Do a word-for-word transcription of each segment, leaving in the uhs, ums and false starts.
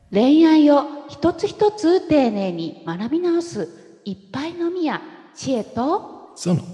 恋愛を一つ一つ丁寧に学び直すいっぱいのみや知恵とその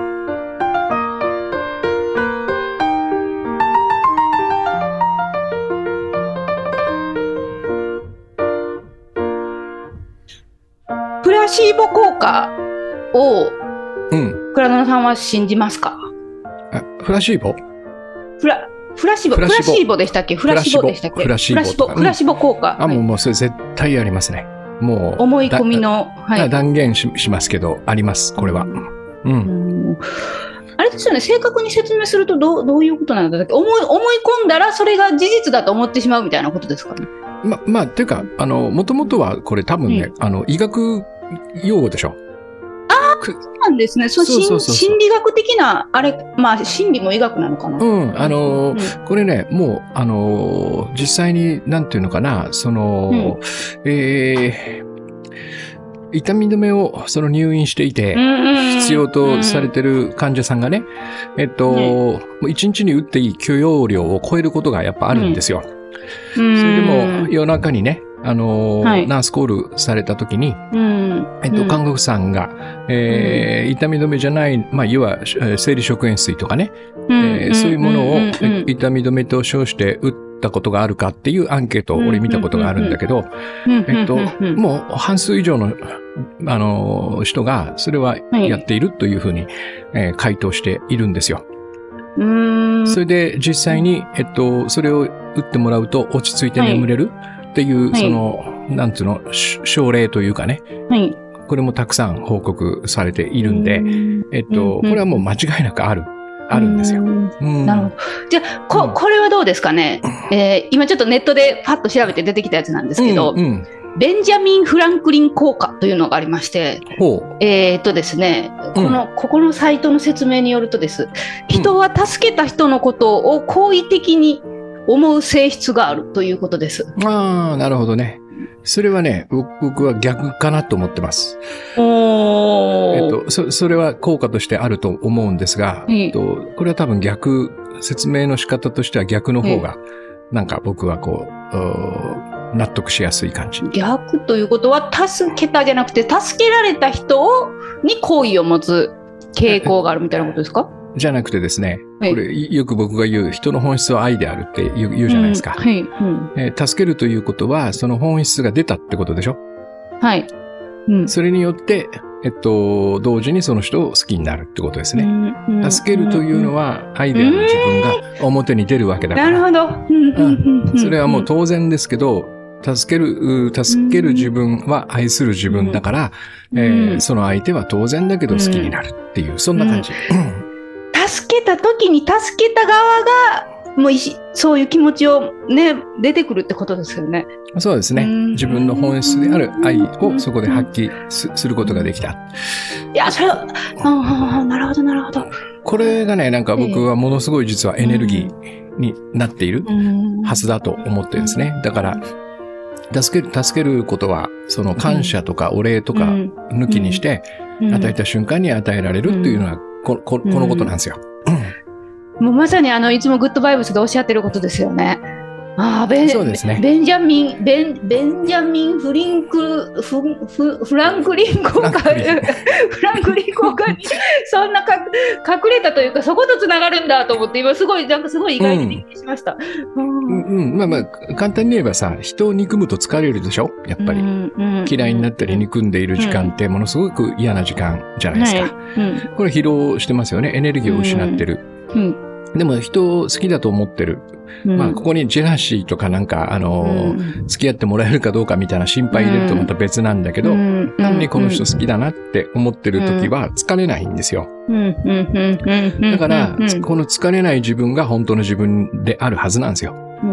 プラシーボ効果をうん倉野さんは信じますか？ あフラシーボフラフラシボ、 フラシボフラシーボでしたっけ？フラシボでしたっけ？ フラシボフラシボ、フラシボ効果。 あ、もう、もうそれ絶対ありますね。もう。 思い込みの、 はい、断言 し, しますけど、あります、これは。うん。 うんあれですよね、正確に説明するとどう、どういうことなんだっけ？思い、思い込んだらそれが事実だと思ってしまうみたいなことですかね。 ま、まあ、というか、あの、もともとはこれ多分ね、うん、あの、医学用語でしょ。 ああ、そうなんですね。そうそうそうそう心理学的な、あれ、まあ、心理も医学なのかな。 うん、あの、うん、これね、もう、あの、実際に、なんていうのかな、その、うん、えー、痛み止めをその入院していて、必要とされてる患者さんがね、えっと、もう一日に打っていい許容量を超えることがやっぱあるんですよ。それでも夜中にね、あの、はい、ナースコールされた時に、えっと、看護婦さんが、えー、痛み止めじゃない、まあ、要は生理食塩水とかね、えー、そういうものを痛み止めと称して打ったことがあるかっていうアンケートを俺見たことがあるんだけど、えっと、もう半数以上の、あの、人がそれはやっているというふうに、えー、回答しているんですよ。それで実際に、えっと、それを打ってもらうと落ち着いて眠れるっていう、はい、その、なんつうの、症例というかね。はい。これもたくさん報告されているんで、えっと、これはもう間違いなくある。あるんですよ。 なるほど。じゃあ、こ、これはどうですかね。えー、今ちょっとネットでパッと調べて出てきたやつなんですけど、うんうん、ベンジャミン・フランクリン効果というのがありまして、えー、っとですね、この、うん、ここのサイトの説明によるとです、人は助けた人のことを好意的に思う性質があるということです。 ああ、なるほどね。それはね、僕は逆かなと思ってます。 おー。 えっと、そ、それは効果としてあると思うんですが、えっと、これは多分逆、説明の仕方としては逆の方が、なんか僕はこう、納得しやすい感じ。 逆ということは、助けたじゃなくて、助けられた人をに好意を持つ傾向があるみたいなことですか？ じゃなくてですね、これよく僕が言う人の本質は愛であるって言う、言うじゃないですか、うんはいうんえー。助けるということはその本質が出たってことでしょ？はい。うん、それによって、えっと、同時にその人を好きになるってことですね。うん、助けるというのは愛である自分が表に出るわけだから。 なるほど、うんうん。それはもう当然ですけど、助ける、助ける自分は愛する自分だから、うんえー、その相手は当然だけど好きになるっていう、そんな感じ。うん助けた時に助けた側がもうそういう気持ちをね出てくるってことですよね。 そうですね。自分の本質である愛をそこで発揮 す, することができた。 いやそれはあなるほどなるほど。 これがねなんか僕はものすごい実はエネルギーになっているはずだと思ってるんですね。だから助ける助けることはその感謝とかお礼とか抜きにして与えた瞬間に与えられるっていうのはこ, こ, このことなんですよ、 うん、もうまさにあのいつもグッドバイブスでおっしゃってることですよね。あベンそうですね。ベンジャミンベンベンジャミンフリンクフフフランクリン効果フランクリン効果にそんなか隠れたというかそことつながるんだと思って今すごいなんかすごい意外にびっくりしました。 うんうんうん、まあまあ簡単に言えばさ人を憎むと疲れるでしょやっぱり、うんうん、嫌いになったり憎んでいる時間ってものすごく嫌な時間じゃないですか、うんはいうん、これ疲労してますよねエネルギーを失ってる、うんうん、でも人を好きだと思ってるまあ、ここにジェラシーとかなんか、あのーうん、付き合ってもらえるかどうかみたいな心配入れるとまた別なんだけど、うん、単にこの人好きだなって思ってる時は疲れないんですよ。だから、この疲れない自分が本当の自分であるはずなんですよ。うん、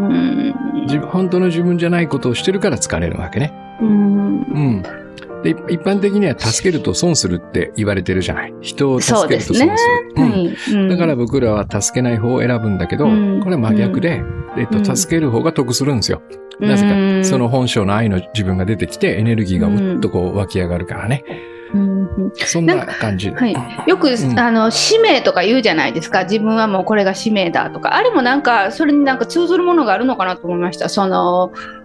本当の自分じゃないことをしてるから疲れるわけね。うんうんで一般的には助けると損するって言われてるじゃない。人を助けると損する。うねうんうん、だから僕らは助けない方を選ぶんだけど、うん、これは真逆で、うんえっと、助ける方が得するんですよ。うん、なぜか、その本性の愛の自分が出てきて、エネルギーがうっとこう湧き上がるからね。うん、そんな感じ。 はい、よく、うん、あの使命とか言うじゃないですか。自分はもうこれが使命だとか。あれもなんか、それになんか通ずるものがあるのかなと思いました。その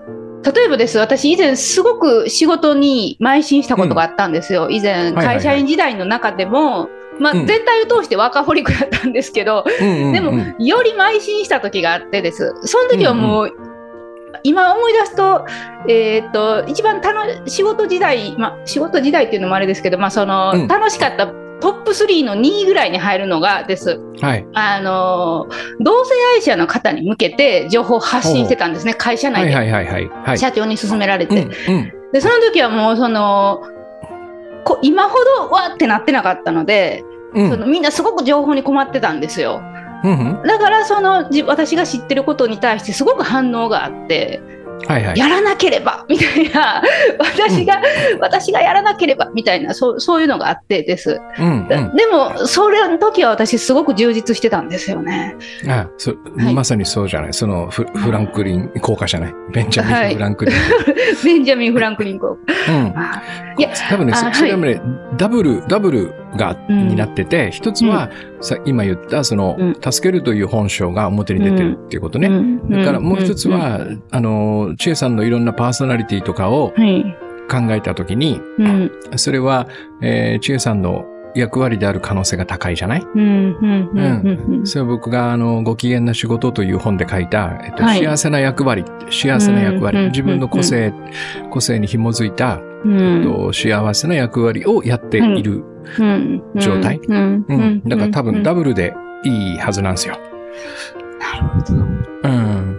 例えばです、私以前すごく仕事に邁進したことがあったんですよ。うん、以前、会社員時代の中でも、まあ、全体を通してワーカホリックだったんですけど、うん、でも、より邁進した時があってです。その時はもう、うんうん、今思い出すと、えー、っと、一番楽仕事時代、まあ、仕事時代っていうのもあれですけど、まあ、その、うん、楽しかったトップスリーのにいぐらいに入るのがです、はい、あの同性愛者の方に向けて情報を発信してたんですね、会社内で社長に勧められて、うんうん、でその時はもうそのこ今ほどわってなってなかったので、うん、そのみんなすごく情報に困ってたんですよ、うんうん、だからその私が知ってることに対してすごく反応があって、はいはい、やらなければみたいな私が、うん、私がやらなければみたいな そ, そういうのがあってです、うんうん、でもそれの時は私すごく充実してたんですよね。 ああそ、はい、まさにそうじゃない、その フ, フランクリン効果じゃない、ベンジャミン、はい、フランクリンベンジャミン・フランクリン効果、うん、 いや多分ね、それはね、はい、ダブルダブルが、うん、になってて、一つは、うん、さ今言ったその、うん、助けるという本性が表に出てるっていうことね、うん、だからもう一つは、うん、あの千恵さんのいろんなパーソナリティとかを考えたときに、うん、それは、えー、千恵さんの役割である可能性が高いじゃない、うんうん、それは僕があのご機嫌な仕事という本で書いた、えっとはい、幸せな役割幸せな役割、うん、自分の個性、うん、個性に紐づいた、うんえっと、幸せな役割をやっている状態、うんうん、だから多分ダブルでいいはずなんですよ。 なるほど、うん、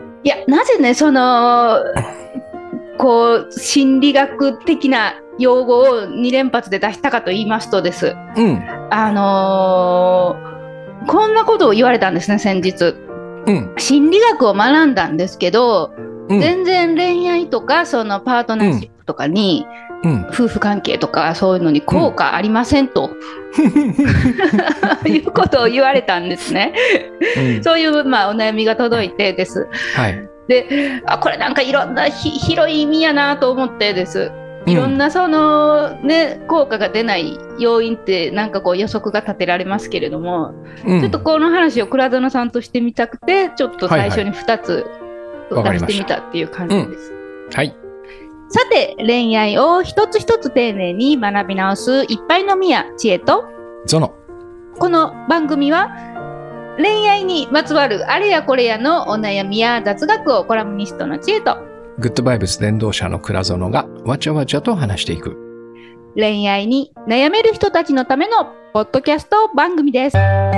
いやなぜねそのこう心理学的な用語をに連発で出したかと言いますとです、うん、あのー、こんなことを言われたんですね先日、うん、心理学を学んだんですけど、うん、全然恋愛とかそのパートナーシップとかに、うん、夫婦関係とかそういうのに効果ありませんと、うん、いうことを言われたんですね、うん、そういう、まあ、お悩みが届いてです、はい、であこれなんかいろんなひ広い意味やなと思ってですいろんなその、ね、効果が出ない要因ってなんかこう予測が立てられますけれども、うん、ちょっとこの話を倉園さんとしてみたくてちょっと最初にふたつ出してみたっていう感じです、うんはい、さて恋愛を一つ一つ丁寧に学び直すいっぱいのみや知恵とゾノ。 この番組は恋愛にまつわるあれやこれやのお悩みや雑学をコラムニストの知恵とグッドバイブス伝道者の倉園がわちゃわちゃと話していく恋愛に悩める人たちのためのポッドキャスト番組です。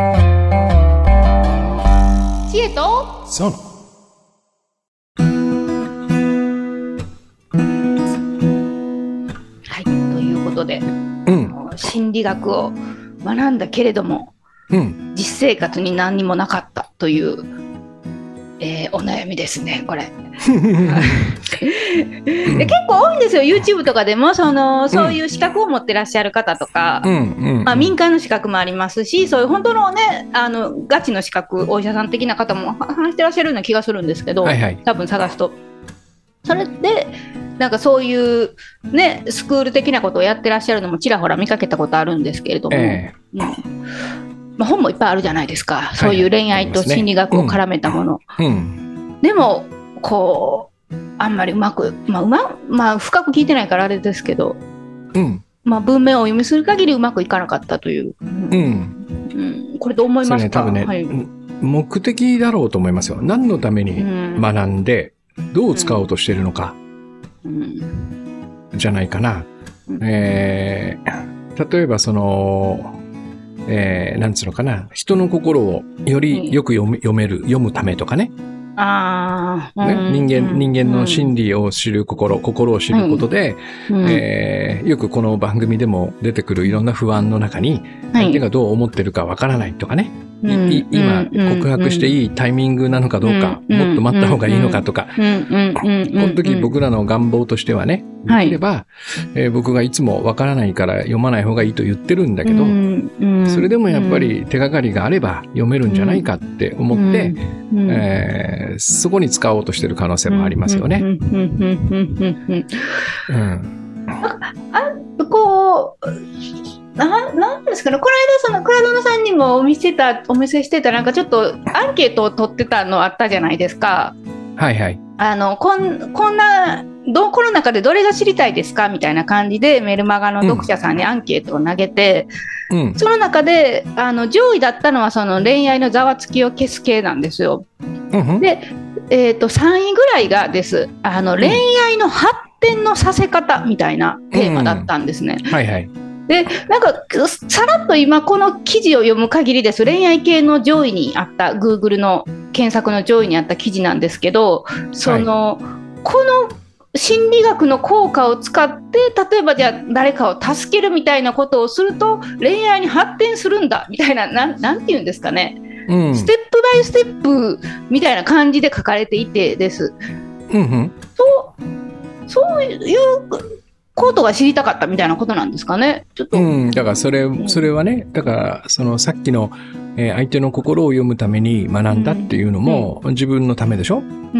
知恵とゾノ。 はい、ということで、うん、心理学を学んだけれども、うん、実生活に何にもなかったという、えー、お悩みですねこれで結構多いんですよ YouTube とかでもそのそういう資格を持ってらっしゃる方とか、うんうんまあ、民間の資格もありますしそういう本当のねあのガチの資格お医者さん的な方も話してらっしゃるような気がするんですけど、はいはい、多分探すとそれでなんかそういうねスクール的なことをやってらっしゃるのもちらほら見かけたことあるんですけれども、えーうんまあ、本もいっぱいあるじゃないですか、はい、そういう恋愛と心理学を絡めたもの、はいうんうん、でもこうあんまりうまく、まあうままあ、深く聞いてないからあれですけど、うんまあ、文面をお読みする限りうまくいかなかったという、うんうんうん、これどう思いますか？ それね、多分ね、はい、目的だろうと思いますよ。何のために学んでどう使おうとしているのか、うんうん、じゃないかな、うんえー、例えばそのえー、なんつうのかな人の心をよりよく読め、読める読むためとかねあね、人間、人間の心理を知る心、心を知ることで、うんえー、よくこの番組でも出てくるいろんな不安の中に、相手がどう思ってるかわからないとかね、はい、い今告白していいタイミングなのかどうか、うん、もっと待った方がいいのかとか、この時僕らの願望としてはね、できれば、はいえー、僕がいつもわからないから読まない方がいいと言ってるんだけど、うんうん、それでもやっぱり手がかりがあれば読めるんじゃないかって思って、うんえー、そこに使おうとしてる可能性もありますよね。 あこうななんですかね、この間その倉園さんにもお見せたお見せしてたなんかちょっとアンケートを取ってたのあったじゃないですか。 はいはい。 あのこんこんなどこの中でどれが知りたいですかみたいな感じでメルマガの読者さんにアンケートを投げて、うん、その中であの上位だったのはその恋愛のざわつきを消す系なんですよ。うん、で、えーと、さんいぐらいがですあの恋愛の発展のさせ方みたいなテーマだったんですね。うん、はいはい。でなんかさらっと今この記事を読む限りです恋愛系の上位にあった Google の検索の上位にあった記事なんですけど、その、はい、この心理学の効果を使って例えばじゃあ誰かを助けるみたいなことをすると恋愛に発展するんだみたいな、な ん, なんていうんですかね、うん、ステップバイステップみたいな感じで書かれていてです、うんうん、そうそういうことが知りたかったみたいなことなんですかね。ちょっと、うん、 だからそれ、それはね、だからそのさっきの、えー、相手の心を読むために学んだっていうのも、うん、自分のためでしょ。うん、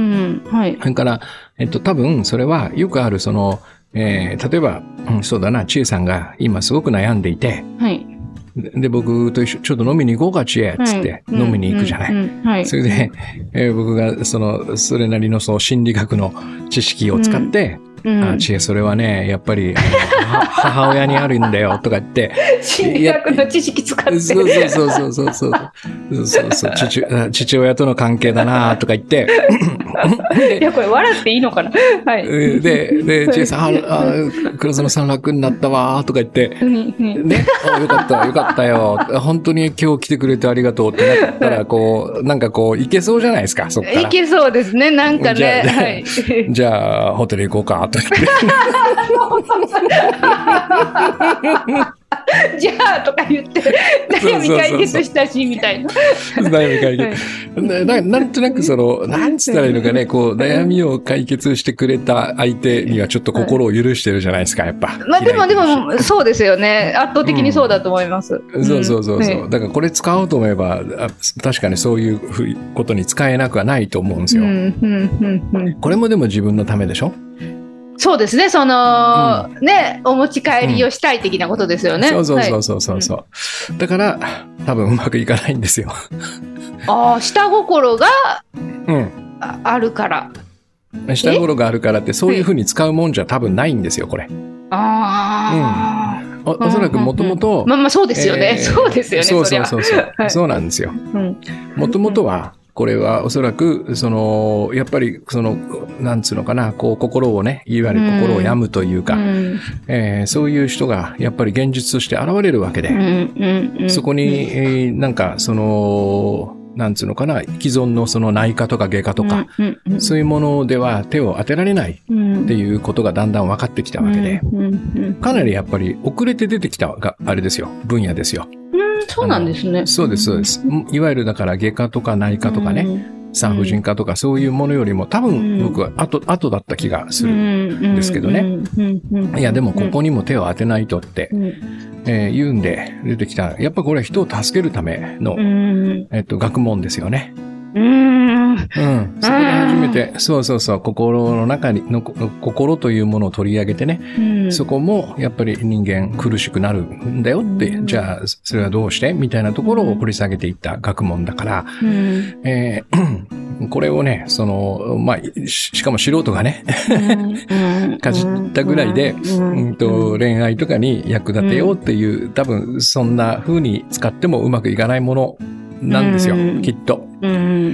はい。それから、えっと、多分それはよくあるその、えー、例えば、うん、そうだな、千恵さんが今すごく悩んでいて、はい。で、僕と一緒、ちょっと飲みに行こうか、千恵、つって、飲みに行くじゃない。うんうんうんはい、それで、えー、僕が、その、それなりのその心理学の知識を使って、うん、あ、千恵、それはね、やっぱり、母親にあるんだよ、とか言って。 心理学の知識使って。 そうそうそうそうそうそう。そうそう父、父親との関係だな、とか言って。 いや、これ笑っていいのかなはい。 で、で、千恵さん、あ、あ、黒園さん楽になったわ、とか言って。ね、あ、よかった、よかったよ。本当に今日来てくれてありがとうってなったら、こう、なんかこう、いけそうじゃないですか、そっから。 いけそうですね、なんかね。 じゃあ、はい、じゃあホテル行こうか、とか言って。 じゃあとか言って悩み解決したしみたいな悩み解決、はい、な, なんとなくそのなんつったらいいのかね、こう悩みを解決してくれた相手にはちょっと心を許してるじゃないですか、やっぱ。 まあでもでもそうですよね、圧倒的にそうだと思います、 うん、そうそうそうそう、うん、だからこれ使おうと思えば確かにそういうことに使えなくはないと思うんですよ、うんうんうんうん、これもでも自分のためでしょ。 そうですね、その、うん、ね、お持ち帰りをしたい的なことですよね。 うん、そうそうそうそうそう、はい、だから多分うまくいかないんですよ。 ああ、下心が、うん、あ, あるから。 下心があるからってそういうふうに使うもんじゃ多分ないんですよ、これ。ああ、うん、お, おそらくもともと、 まあまあそうですよね、えー、そうですよね。 そうそうそうそう、はい、そうなんですよ。もともとはこれはおそらくそのやっぱりそのなんつうのかな、こう心をね、いわゆる心を病むというか、うんえー、そういう人がやっぱり現実として現れるわけで、うんうん、そこに、えー、なんかそのなんつうのかな、既存のその内科とか外科とか、うんうんうん、そういうものでは手を当てられないっていうことがだんだん分かってきたわけで、うんうんうん、かなりやっぱり遅れて出てきたがあれですよ、分野ですよ。 そうなんですね。 そうです、そうです。いわゆるだから外科とか内科とかね、うん、産婦人科とかそういうものよりも多分僕は後、後だった気がするんですけどね。いや、でもここにも手を当てないとって、うんえー、言うんで出てきた。やっぱこれは人を助けるための、うんえっと、学問ですよね。うーん、うん。そこで初めて、そうそうそう、心の中にの、心というものを取り上げてね、うん、そこもやっぱり人間苦しくなるんだよって、うん、じゃあそれはどうしてみたいなところを掘り下げていった学問だから、うんえー、これをね、その、まあ、し, しかも素人がね、かじったぐらいで、うんと、恋愛とかに役立てようっていう、多分そんな風に使ってもうまくいかないものなんですよ、うん、きっと、うん、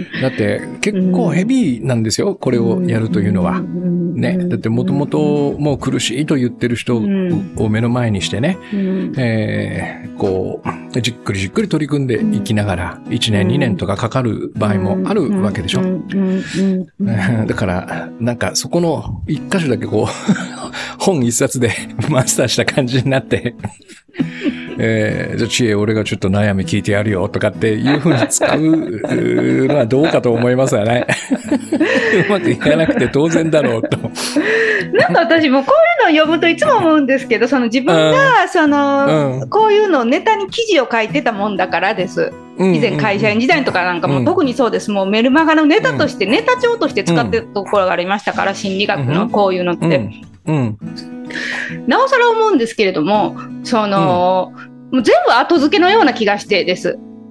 だって結構ヘビーなんですよ、これをやるというのは、ね、だってもともともう苦しいと言ってる人を目の前にしてね、うんえー、こうじっくりじっくり取り組んでいきながらいちねんにねんとかかかる場合もあるわけでしょ、だからなんかそこの一箇所だけこう本一冊でマスターした感じになってえー、じゃあ知恵俺がちょっと悩み聞いてやるよとかっていう風に使うのはどうかと思いますよね。うまくいかなくて当然だろうと。 なんか私もこういうのを読むといつも思うんですけど、その自分がその、うん、こういうのをネタに記事を書いてたもんだからです。以前会社員時代とかなんかも特にそうです。もうメルマガのネタとして、うん、ネタ帳として使ってるところがありましたから、心理学のこういうのって。うんうんうんなおさら思うんですけれども、その、うん、もう全部後付けのような気がしてです。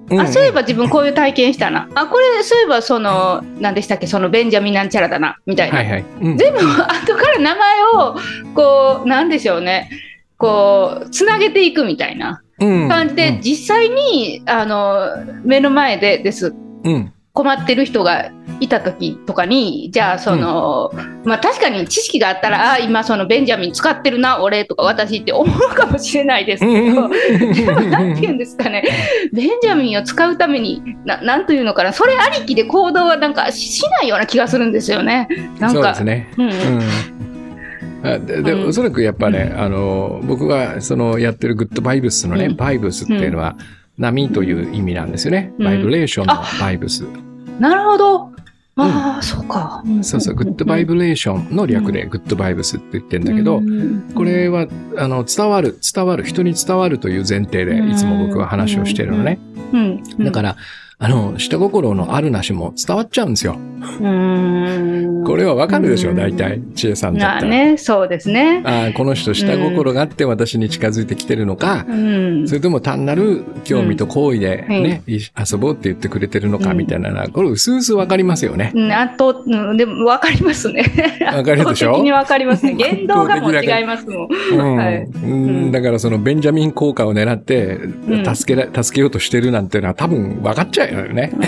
うん、あ、そういえば自分こういう体験したな。あ、これそういえばその何でしたっけ、そのベンジャミンなんちゃらだなみたいな。はいはい、うん、全部後から名前をこうなんでしょうね。こうつなげていくみたいな感じで、うん、実際にあの目の前でです。うん、困ってる人がいた時とかに、じゃあその、うん、まあ確かに知識があったら、あ、今そのベンジャミン使ってるな俺とか私って思うかもしれないですけど、でもなんて言うんですかね、ベンジャミンを使うためにな、なんというのかな、それありきで行動はなんかしないような気がするんですよね。なんかそうですね。うんうん、で, でおそらくやっぱね、うん、あの僕がそのやってるグッドバイブスのね、うん、バイブスっていうのは、うん、波という意味なんですよね。バイブレーションのバイブス。 なるほど。ああ、うん、そうか。 そうそう、グッドバイブレーションの略でグッドバイブスって言ってるんだけど、うん、これはあの伝わる、伝わる、人に伝わるという前提でいつも僕は話をしてるのね。うんうん、だから、あの、下心のあるなしも伝わっちゃうんですよ。うーん、これはわかるでしょ、大体、千恵さんだったら。 ね、そうですね。 あ、この人下心があって私に近づいてきてるのか、うん、それとも単なる興味と好意でね、うん、遊ぼうって言ってくれてるのかみたいなのは、これ薄々わかりますよね。 うん、あと、でもわかりますね。 わかるでしょ？ 圧倒的にわかりますね。言動がもう違いますもん。 うんはいうん、だからそのベンジャミン効果を狙って助けら、助けようとしてるなんていうのは多分わかっちゃうよね。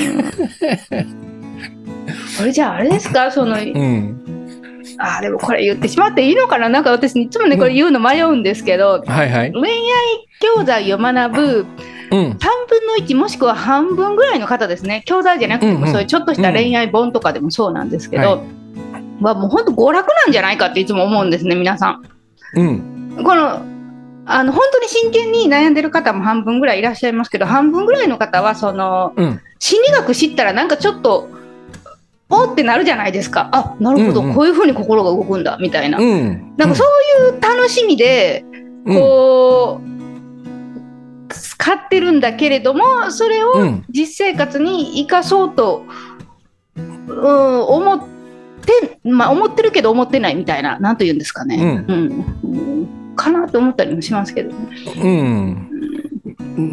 これじゃああれですか、その、うん、あ、でもこれ言ってしまっていいのかな、なんか私いつもねこれ言うの迷うんですけど、うんはいはい、恋愛教材を学ぶ、うん、さんぶんのいちもしくは半分ぐらいの方ですね、教材じゃなくても、うんうん、そういうちょっとした恋愛本とかでもそうなんですけど、うんはい、もう本当娯楽なんじゃないかっていつも思うんですね、皆さん。うん、このあの本当に真剣に悩んでる方も半分ぐらいいらっしゃいますけど、半分ぐらいの方はその、うん、心理学知ったらなんかちょっとおってなるじゃないですか。あ、なるほど、うんうん、こういうふうに心が動くんだみたいな、うん、なんかそういう楽しみでこう、うん、使ってるんだけれども、それを実生活に生かそうと、うん、思って、まあ、思ってるけど思ってないみたいな、なんと言うんですかね、うんうんかなと思ったりもしますけどね。うん。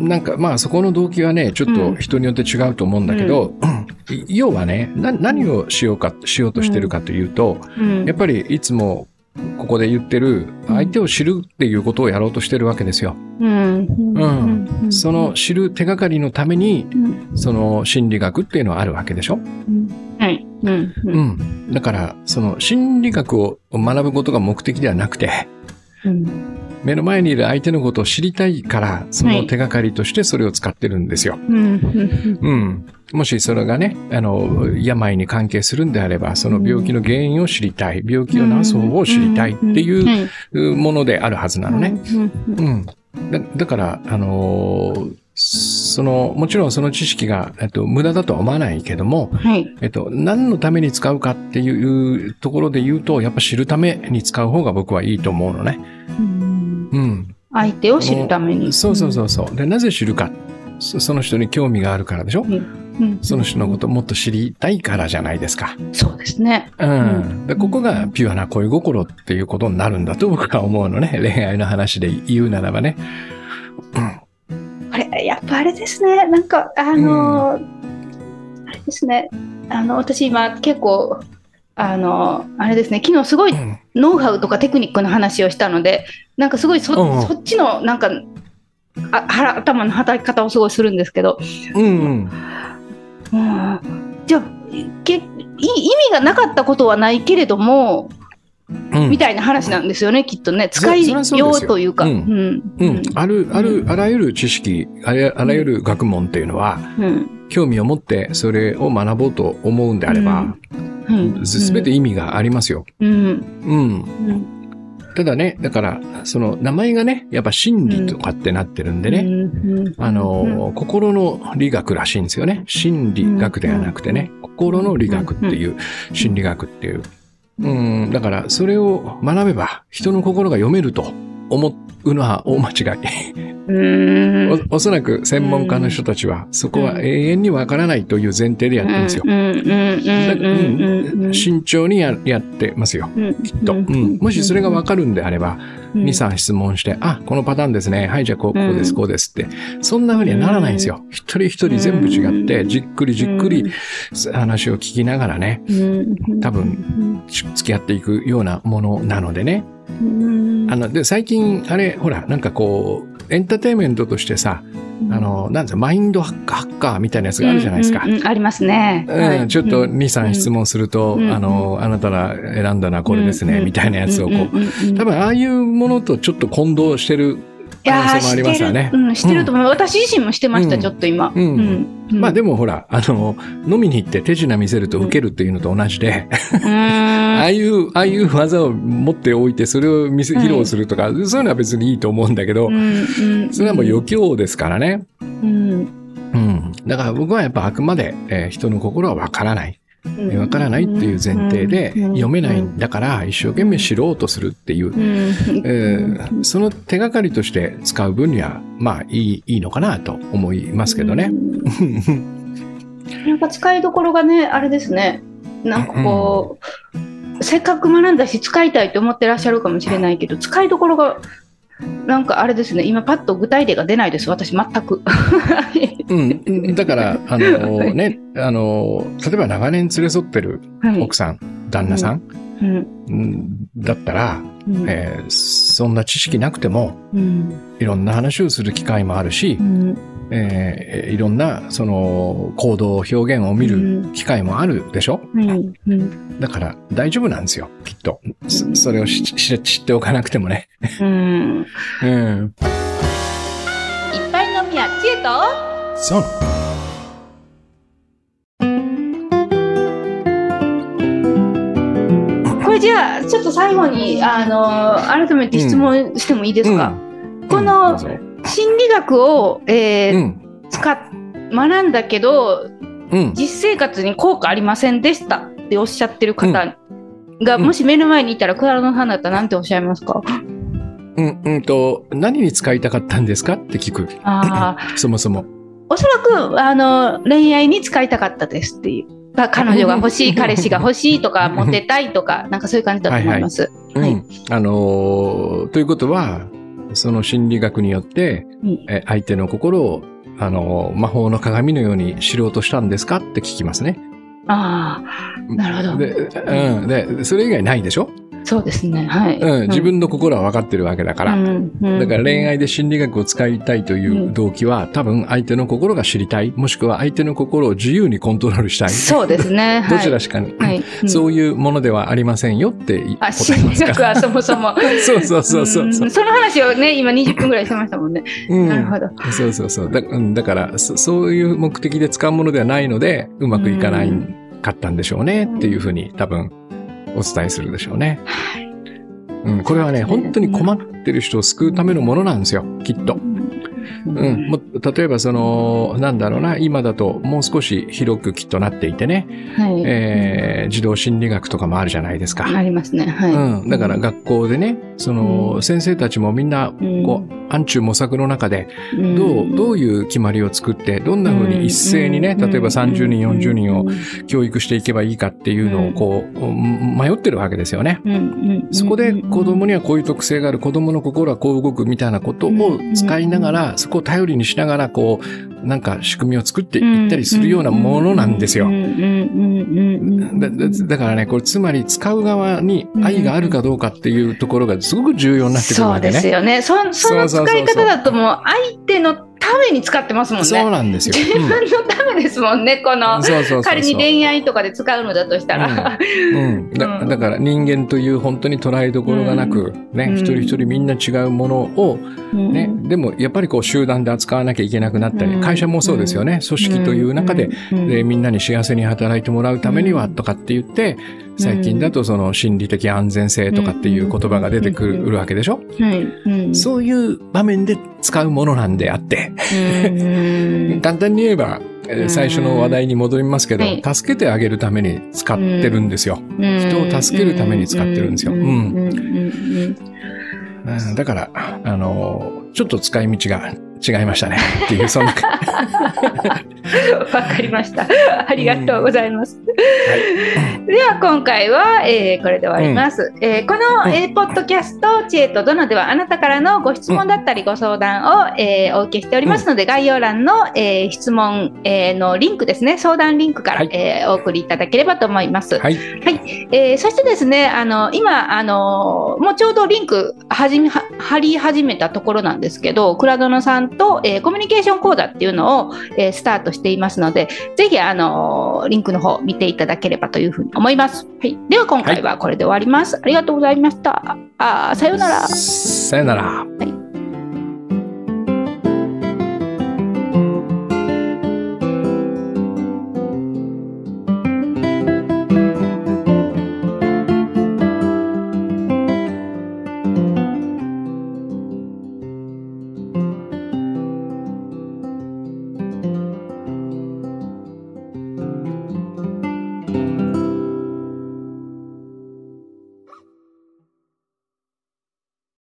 なんかまあそこの動機はね、ちょっと人によって違うと思うんだけど、うん、要はね、な、何をしようか、しようとしてるかというと、うん、やっぱりいつもここで言ってる相手を知るっていうことをやろうとしてるわけですよ。うん。うん。その知る手がかりのために、うん、その心理学っていうのはあるわけでしょ。うん、はい。うん。うん。だからその心理学を学ぶことが目的ではなくて、うん、目の前にいる相手のことを知りたいから、その手がかりとしてそれを使ってるんですよ。はいうん、もしそれがね、あの、病に関係するんであれば、その病気の原因を知りたい、病気を治す方法を知りたいっていうものであるはずなのね。うん、だ, だから、あのー、その、もちろんその知識が、えっと、無駄だとは思わないけども、はい、えっと、何のために使うかっていうところで言うと、やっぱ知るために使う方が僕はいいと思うのね。うん。うん。 相手を知るために。 そうそうそうそう。で、なぜ知るか。その人に興味があるからでしょ、うんうん、その人のことをもっと知りたいからじゃないですか。 そうですね。 うん。でここがピュアな恋心っていうことになるんだと僕は思うのね。恋愛の話で言うならばね。 うんあれやっぱあれですね、なんかあのーうん、あれですね、あの私今結構あのー、あれですね、昨日すごいノウハウとかテクニックの話をしたので、なんかすごい そ,、うん、そっちのなんかあ頭の働き方をすごいするんですけど、うんうんうん、じゃあけ意味がなかったことはないけれども、うん、みたいな話なんですよね、きっとね。使いようというか。うん。 うん。ある、ある、あらゆる知識、あら、あらゆる学問っていうのは、うん、興味を持ってそれを学ぼうと思うんであれば、すべ、うん、て意味がありますよ。うん。うん。うんただね、だから、その名前がね、やっぱ心理とかってなってるんでね、うん、あの、うん、心の理学らしいんですよね。心理学ではなくてね、心の理学っていう、心理学っていう。うん、だからそれを学べば人の心が読めると思うのは大間違い。 うーんお, おそらく専門家の人たちは、そこは永遠にわからないという前提でやってるんですよ。慎重に や, やってますよ、きっと、うん。もしそれがわかるんであれば、に、さん質問して、あ、このパターンですね。はい、じゃあこう、こうです、こうですって。そんな風にはならないんですよ。一人一人全部違って、じっくりじっくり話を聞きながらね、多分、付き合っていくようなものなのでね。あの、で、最近、あれ、ほら、なんかこう、エンターテインメントとしてさ、あの、なんですか、マインドハッカー、ハッカーみたいなやつがあるじゃないですか。 うんうんうん、ありますね。 うん、ちょっとに、さん質問すると、うん、あの、あなたが選んだのはこれですね、うん、みたいなやつをこう、多分ああいうものとちょっと混同してる可能性もありますよね。 うん、してると思う。うん、私自身もしてました、うん、ちょっと今。うんうんうん、まあでもほら、あの、飲みに行って手品見せると受けるっていうのと同じで、うん、ああいう、ああいう技を持っておいて、それを見せ、披露するとか、うん、そういうのは別にいいと思うんだけど、うん、それはもう余興ですからね。うんうん、だから僕はやっぱあくまで、えー、人の心はわからない。わからないっていう前提で読めないんだから一生懸命知ろうとするっていう、えー、その手がかりとして使う分にはまあいい、いいのかなと思いますけどね。 なんか使いどころがね、あれですね。なんかこう、うん、せっかく学んだし使いたいと思ってらっしゃるかもしれないけど、使いどころがなんかあれですね、今パッと具体例が出ないです、私全く。 うん、だからあのね、あの例えば長年連れ添ってる奥さん、はい、旦那さん、うんうん、だったら、うんえー、そんな知識なくても、うん、いろんな話をする機会もあるし、うんえー、いろんなその行動表現を見る機会もあるでしょ、うんうん、だから大丈夫なんですよきっと、うん、そ, それを知っておかなくてもね、うんうん、 いっぱい飲みや知恵とそうこれじゃあちょっと最後にあの改めて質問してもいいですか、うんうん、この心理学を、えーうん、使っ学んだけど、うん、実生活に効果ありませんでしたっておっしゃってる方が、うん、もし目の前にいたら倉野さんだったら何ておっしゃいますか？ うんうんと何に使いたかったんですかって聞く。あそもそもおそらくあの恋愛に使いたかったですっていう。彼女が欲しい、彼氏が欲しいとか、モテたいとか、なんかそういう感じだと思います。はいはい。はい、 あのー、ということは、その心理学によって、うん、え相手の心を、あのー、魔法の鏡のように知ろうとしたんですかって聞きますね。 ああ、なるほど。 で、うん。で、それ以外ないでしょ？ そうですね。はい。 うん。自分の心は分かってるわけだから。うん。だから恋愛で心理学を使いたいという動機は、うん、多分相手の心が知りたい。もしくは相手の心を自由にコントロールしたい。 そうですね。 どちらしかに、はいうん。そういうものではありませんよって答えますから。 心理学はそもそも。 そうそうそうそうそう、うん。その話をね、今にじゅっぷんぐらいしてましたもんね。うん、なるほど。 そうそうそう。だ, だからそ、そういう目的で使うものではないので、うまくいかないかったんでしょうねっていうふうに多分お伝えするでしょうね。はいうん、これはね、本当に困ってる人を救うためのものなんですよ、きっと。うん、も例えばその、なんだろうな、今だともう少し広くきっとなっていてね、はいえー、児童心理学とかもあるじゃないですか。 ありますね。はい。 うん、だから学校でね、その、うん、先生たちもみんな、こう、暗中模索の中で、どう、どういう決まりを作って、どんな風に一斉にね、例えばさんじゅうにん、よんじゅうにんを教育していけばいいかっていうのを、こう、迷ってるわけですよね。そこで子供にはこういう特性がある、子供の心はこう動くみたいなことを使いながら、そこを頼りにしながら、こう、なんか仕組みを作っていったりするようなものなんですよ。だ, だからね、これつまり使う側に愛があるかどうかっていうところがすごく重要になってくるわけね。 そうですよね。そ, その使い方だともう相手のために使ってますもんね。 そうなんですよ。 自分のためですもんね。この仮に恋愛とかで使うのだとしたら。 うんうん、だ, だから人間という本当に捉えどころがなく、うん、ね、一人一人みんな違うものを、ね、うん、でもやっぱりこう集団で扱わなきゃいけなくなったり、うん、会社もそうですよね。組織という中で、うん、でみんなに幸せに働いてもらうためにはとかって言って、最近だとその心理的安全性とかっていう言葉が出てくるわけでしょ、うんうん、そういう場面で使うものなんであって、うん、簡単に言えば最初の話題に戻りますけど、うん、助けてあげるために使ってるんですよ、うん、人を助けるために使ってるんですよ、うんうん、だからあのちょっと使い道が違いましたねっていう、そんなわかりました。ありがとうございます。はい、では今回は、えー、これで終わります。うん、えー、この、えー、ポッドキャスト知恵と殿ではあなたからのご質問だったりご相談を、えー、お受けしておりますので、うん、概要欄の、えー、質問、えー、のリンクですね、相談リンクから、はい、えー、お送りいただければと思います。はい。はい、えー、そしてですね、あの今あのもうちょうどリンクはじめは貼り始めたところなんですけど、倉殿さんと、えー、コミュニケーション講座っていうのを、えー、スタートしていますので、ぜひあのリンクの方見ていただければというふうに思います。はい、では今回はこれで終わります。はい、ありがとうございました。あ、さようなら。 さようなら。はい。